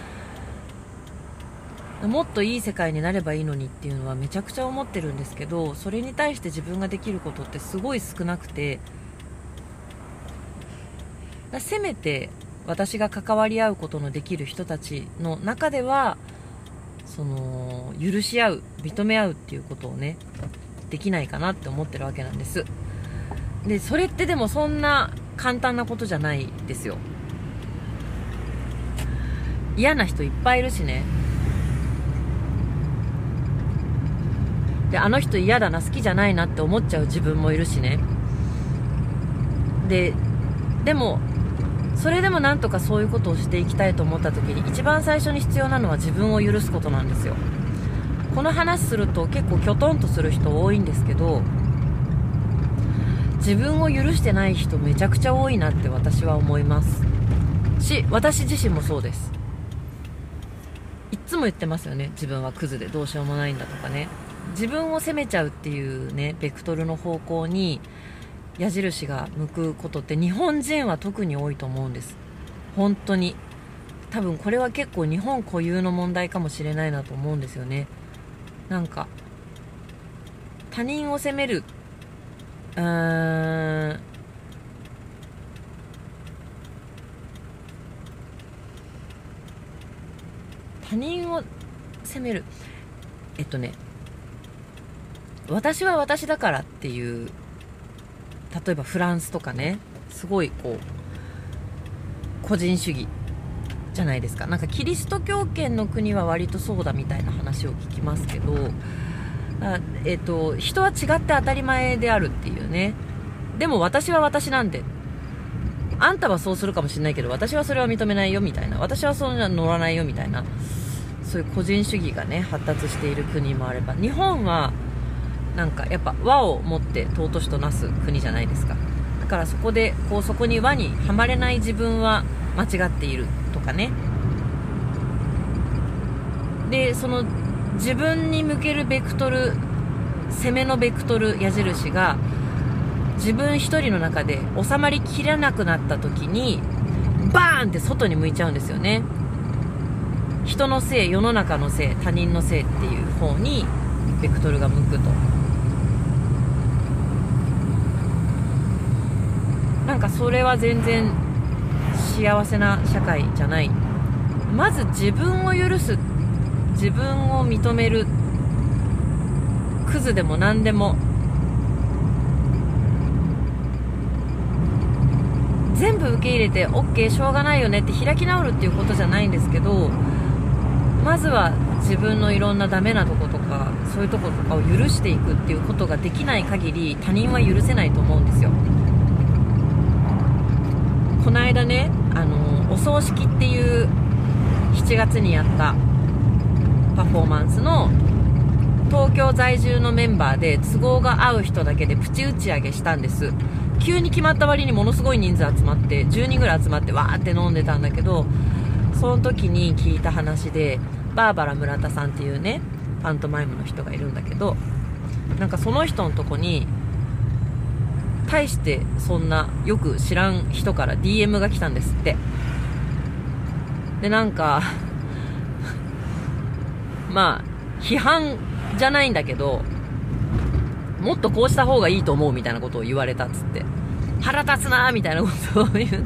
く。もっといい世界になればいいのにっていうのはめちゃくちゃ思ってるんですけど、それに対して自分ができることってすごい少なくて、せめて私が関わり合うことのできる人たちの中ではその許し合う、認め合うっていうことをねできないかなって思ってるわけなんです。でそれってでもそんな簡単なことじゃないですよ。嫌な人いっぱいいるしね。であの人嫌だな、好きじゃないなって思っちゃう自分もいるしね。でもそれでもなんとかそういうことをしていきたいと思った時に一番最初に必要なのは自分を許すことなんですよ。この話すると結構きょとんとする人多いんですけど、自分を許してない人めちゃくちゃ多いなって私は思いますし、私自身もそうです。いっつも言ってますよね。自分はクズでどうしようもないんだとかね。自分を責めちゃうっていうねベクトルの方向に矢印が向くことって日本人は特に多いと思うんです。本当に多分これは結構日本固有の問題かもしれないなと思うんですよね。なんか他人を責める、他人を責める、私は私だからっていう、例えばフランスとかね、すごいこう個人主義じゃないですか。なんかキリスト教圏の国は割とそうだみたいな話を聞きますけど、人は違って当たり前であるっていうね。でも私は私なんで、あんたはそうするかもしれないけど私はそれは認めないよみたいな、私はそんな乗らないよみたいな、そういう個人主義がね発達している国もあれば、日本はなんかやっぱ和を持って尊しとなす国じゃないですか。だからそこでこうそこに輪にはまれない自分は間違っているとかね。でその自分に向けるベクトル、攻めのベクトル、矢印が自分一人の中で収まりきらなくなった時にバーンって外に向いちゃうんですよね。人のせい、世の中のせい、他人のせいっていう方にベクトルが向くと、なんかそれは全然幸せな社会じゃない。まず自分を許す、自分を認める、クズでも何でも全部受け入れて OK しょうがないよねって開き直るっていうことじゃないんですけど、まずは自分のいろんなダメなとことかそういうとことかを許していくっていうことができない限り他人は許せないと思うんですよ。この間ね、お葬式っていう7月にやったパフォーマンスの東京在住のメンバーで都合が合う人だけでプチ打ち上げしたんです。急に決まった割にものすごい人数集まって10人ぐらい集まってわーって飲んでたんだけど、その時に聞いた話でバーバラ村田さんっていうねパントマイムの人がいるんだけど、なんかその人のとこに対してそんなよく知らん人から DM が来たんですって。でなんかまあ批判じゃないんだけど、もっとこうした方がいいと思うみたいなことを言われたっつって、腹立つなみたいなことを言って、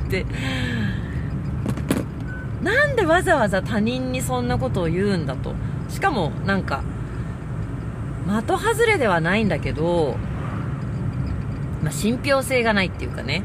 なんでわざわざ他人にそんなことを言うんだと。しかもなんか的外れではないんだけど、信憑性がないっていうかね、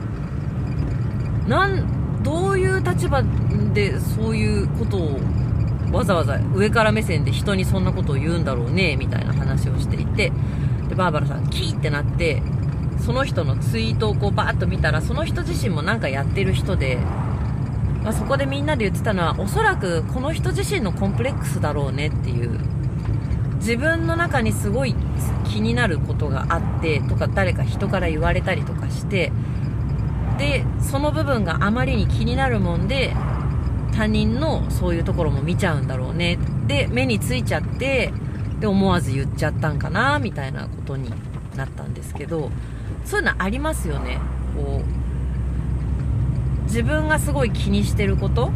どういう立場でそういうことをわざわざ上から目線で人にそんなことを言うんだろうねみたいな話をしていて、でバーバラさんキーってなって、その人のツイートをこうバーッと見たら、その人自身もなんかやってる人で、そこでみんなで言ってたのは、おそらくこの人自身のコンプレックスだろうねっていう、自分の中にすごい気になることがあってとか、誰か人から言われたりとかして、でその部分があまりに気になるもんで他人のそういうところも見ちゃうんだろうね、で目についちゃって、で思わず言っちゃったんかなみたいなことになったんですけど、そういうのありますよね。こう自分がすごい気にしてること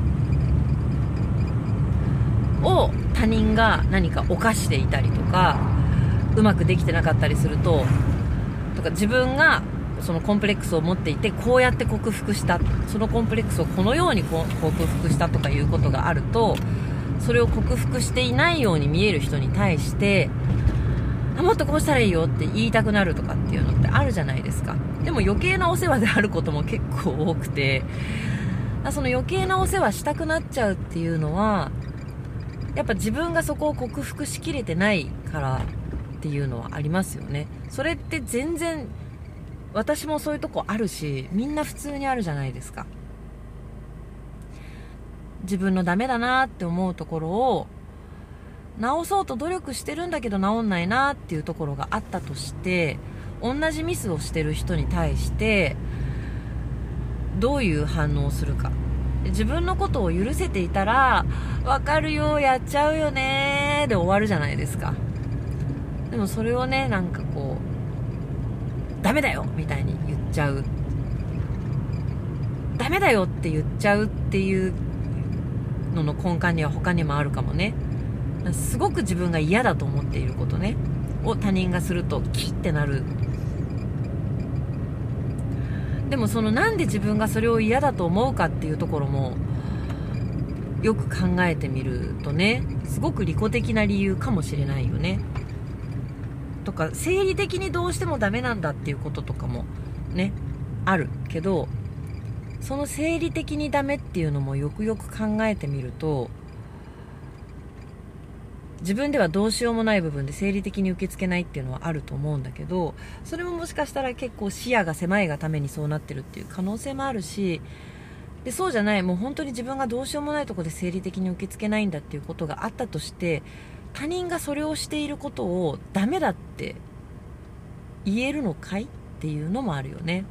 を他人が何か犯していたりとか、うまくできてなかったりするとか、自分がそのコンプレックスを持っていてこうやって克服した、そのコンプレックスをこのように克服したとかいうことがあると、それを克服していないように見える人に対して、もっとこうしたらいいよって言いたくなるとかっていうのってあるじゃないですか。でも余計なお世話であることも結構多くて、その余計なお世話したくなっちゃうっていうのは、やっぱ自分がそこを克服しきれてないからっていうのはありますよね。それって全然、私もそういうとこあるし、みんな普通にあるじゃないですか。自分のダメだなって思うところを直そうと努力してるんだけど直んないなっていうところがあったとして、同じミスをしてる人に対してどういう反応をするか。自分のことを許せていたら、わかるよ、やっちゃうよねで終わるじゃないですか。でもそれをね、なんかこうダメだよみたいに言っちゃう、ダメだよって言っちゃうっていうのの根幹には他にもあるかもね。すごく自分が嫌だと思っていることねを他人がするとキッてなる。でもそのなんで自分がそれを嫌だと思うかっていうところもよく考えてみるとね、すごく利己的な理由かもしれないよね。とか生理的にどうしてもダメなんだっていうこととかもねあるけど、その生理的にダメっていうのもよくよく考えてみると、自分ではどうしようもない部分で生理的に受け付けないっていうのはあると思うんだけど、それももしかしたら結構視野が狭いがためにそうなってるっていう可能性もあるし、でそうじゃない、もう本当に自分がどうしようもないところで生理的に受け付けないんだっていうことがあったとして、他人がそれをしていることをダメだって言えるのかいっていうのもあるよね。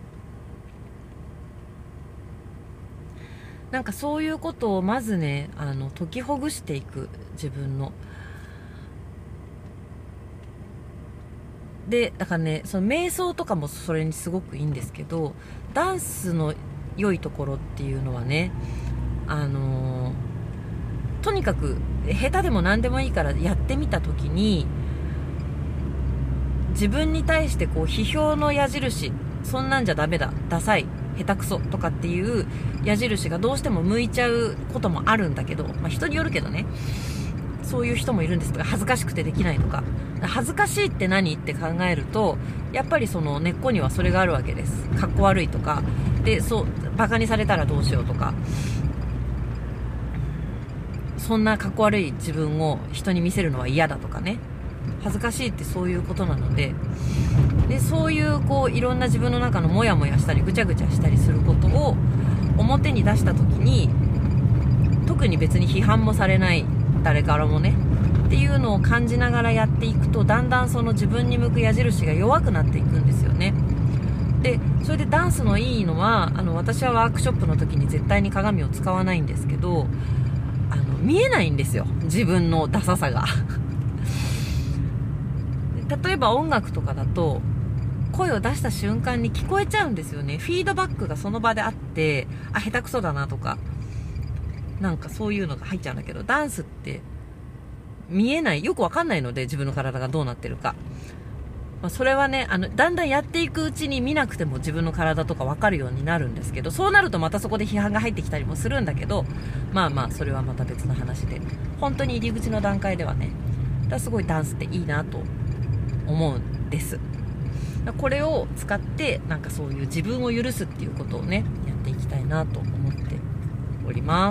なんかそういうことをまずね、解きほぐしていく、自分の。でだからね、その瞑想とかもそれにすごくいいんですけど、ダンスの良いところっていうのはね、とにかく下手でも何でもいいからやってみた時に、自分に対してこう批評の矢印、そんなんじゃダメだ、ダサい、下手くそとかっていう矢印がどうしても向いちゃうこともあるんだけど、人によるけどね、そういう人もいるんですとか、恥ずかしくてできないとか。恥ずかしいって何って考えると、やっぱりその根っこにはそれがあるわけです。かっこ悪いとかで、バカにされたらどうしようとか、そんなかっこ悪い自分を人に見せるのは嫌だとかね。恥ずかしいってそういうことなので、そういうこういろんな自分の中のモヤモヤしたりぐちゃぐちゃしたりすることを表に出した時に、特に別に批判もされない、誰からもねっていうのを感じながらやっていくと、だんだんその自分に向く矢印が弱くなっていくんですよね。でそれでダンスのいいのは、私はワークショップの時に絶対に鏡を使わないんですけど、見えないんですよ、自分のダサさが例えば音楽とかだと声を出した瞬間に聞こえちゃうんですよね。フィードバックがその場であって、下手くそだなとか、なんかそういうのが入っちゃうんだけど、ダンスって見えない、よくわかんないので、自分の体がどうなってるか、それはね、だんだんやっていくうちに見なくても自分の体とかわかるようになるんですけど、そうなるとまたそこで批判が入ってきたりもするんだけど、それはまた別の話で、本当に入り口の段階ではね、だからすごいダンスっていいなと思うんです。これを使ってなんかそういう自分を許すっていうことをね、やっていきたいなと思っております。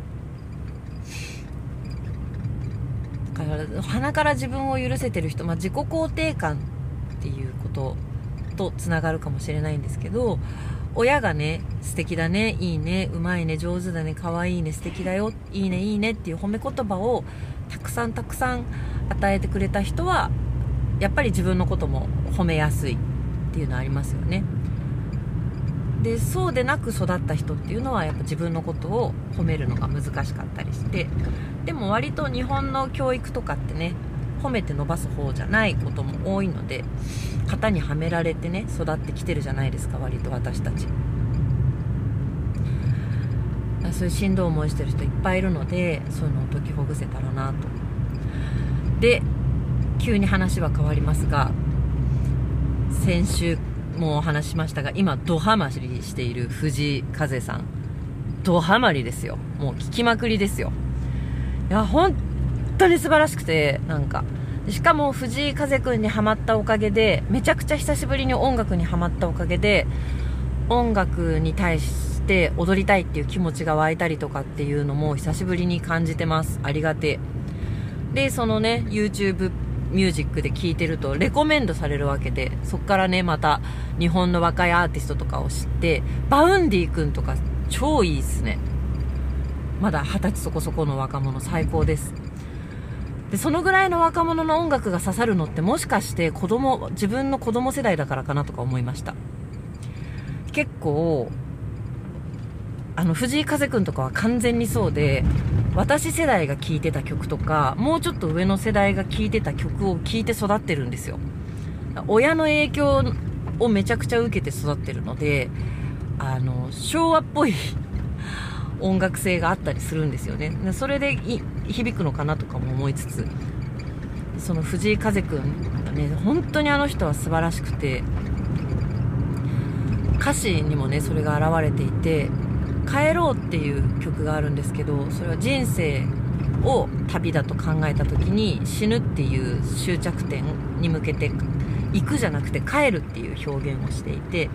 だから鼻から自分を許せてる人、自己肯定感っていうこととつながるかもしれないんですけど、親がね、素敵だね、いいね、うまいね、上手だね、可愛いね、素敵だよ、いいねいいねっていう褒め言葉をたくさん与えてくれた人は、やっぱり自分のことも褒めやすいっていうのはありますよね。でそうでなく育った人っていうのはやっぱ自分のことを褒めるのが難しかったりして、でも割と日本の教育とかってね、褒めて伸ばす方じゃないことも多いので、型にはめられてね育ってきてるじゃないですか、割と私たち。 そういうしんどい思いしてる人いっぱいいるので、そういうのを解きほぐせたらなと。で、急に話は変わりますが、先週もお話ししましたが、今ドハマりしている藤井風さん、ドハマりですよ。もう聞きまくりですよ。いや本当に素晴らしくて、なんかしかも藤井風くんにハマったおかげで、めちゃくちゃ久しぶりに音楽にハマったおかげで、音楽に対して踊りたいっていう気持ちが湧いたりとかっていうのも久しぶりに感じてます。ありがてえ。で、そのね YouTube ミュージックで聴いてるとレコメンドされるわけで、そっからねまた日本の若いアーティストとかを知って、バウンディ君とか超いいっすね。まだ20歳そこそこの若者、最高です。で、そのぐらいの若者の音楽が刺さるのって、もしかして自分の子供世代だからかなとか思いました。結構藤井風くんとかは完全にそうで、私世代が聴いてた曲とか、もうちょっと上の世代が聴いてた曲を聴いて育ってるんですよ。親の影響をめちゃくちゃ受けて育ってるので、昭和っぽい音楽性があったりするんですよね。それで響くのかなとかも思いつつ、その藤井風くんがね、本当にあの人は素晴らしくて、歌詞にもねそれが現れていて、帰ろうっていう曲があるんですけど、それは人生を旅だと考えた時に、死ぬっていう終着点に向けて行くじゃなくて帰るっていう表現をしていて、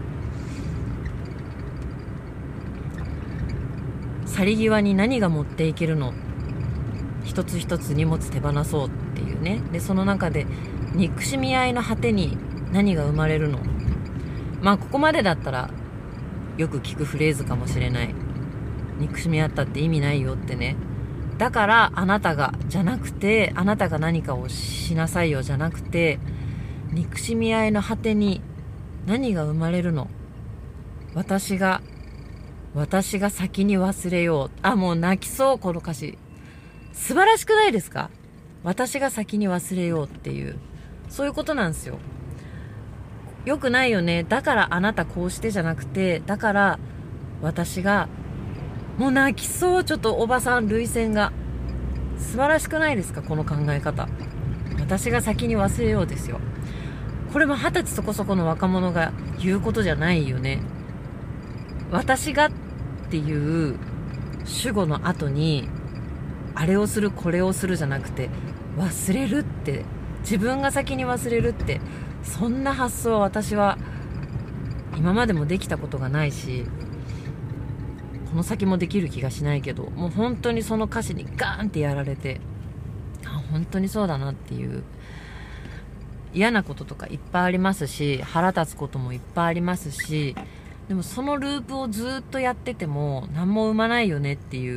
去り際に何が持っていけるの、一つ一つ荷物手放そうっていうね。で、その中で憎しみ合いの果てに何が生まれるの。まあここまでだったらよく聞くフレーズかもしれない。憎しみ合ったって意味ないよってね。だからあなたがじゃなくて、あなたが何かをしなさいよじゃなくて、憎しみ合いの果てに何が生まれるの。私が先に忘れよう。あ、もう泣きそう、この歌詞。素晴らしくないですか？私が先に忘れようっていう、そういうことなんですよ。よくないよね。だからあなたこうしてじゃなくて、だから私が、もう泣きそう。ちょっとおばさん涙腺が。素晴らしくないですか、この考え方。私が先に忘れようですよ。これも20歳そこそこの若者が言うことじゃないよね。私がっていう主語の後に、あれをするこれをするじゃなくて、忘れるって、自分が先に忘れるって、そんな発想は私は今までもできたことがないし、この先もできる気がしないけど、もう本当にその歌詞にガーンってやられて、本当にそうだなっていう。嫌なこととかいっぱいありますし、腹立つこともいっぱいありますし、でもそのループをずっとやってても何も生まないよねっていう。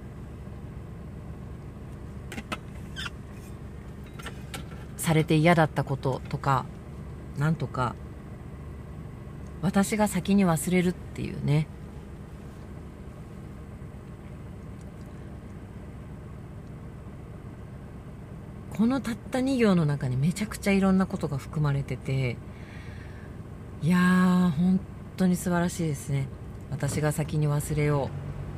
されて嫌だったこととか、なんとか私が先に忘れるっていうね。このたった2行の中にめちゃくちゃいろんなことが含まれてて、いやー本当に素晴らしいですね。私が先に忘れよ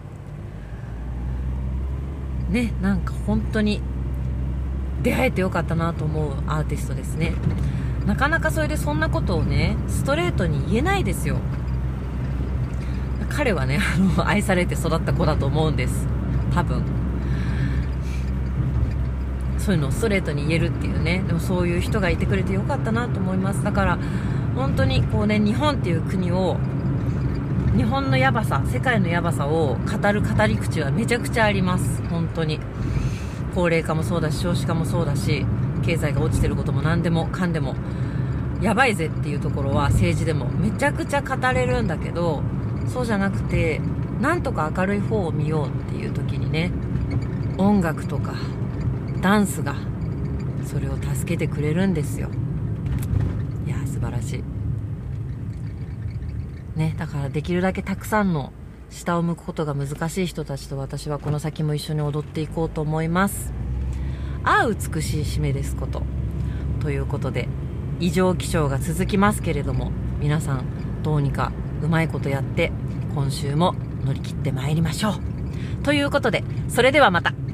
うね。なんか本当に出会えてよかったなと思うアーティストですね。なかなかそれでそんなことをねストレートに言えないですよ。彼はね愛されて育った子だと思うんです。多分そういうのをストレートに言えるっていうね。でもそういう人がいてくれてよかったなと思います。だから本当にこうね、日本っていう国を、日本のやばさ、世界のやばさを語る語り口はめちゃくちゃあります。本当に高齢化もそうだし、少子化もそうだし、経済が落ちてることも何でもかんでもやばいぜっていうところは政治でもめちゃくちゃ語れるんだけど、そうじゃなくてなんとか明るい方を見ようっていう時にね、音楽とかダンスがそれを助けてくれるんですよ。いや素晴らしいね。だからできるだけたくさんの下を向くことが難しい人たちと私はこの先も一緒に踊っていこうと思います。美しい締めですことということで、異常気象が続きますけれども、皆さんどうにかうまいことやって今週も乗り切ってまいりましょう。ということで、それではまた。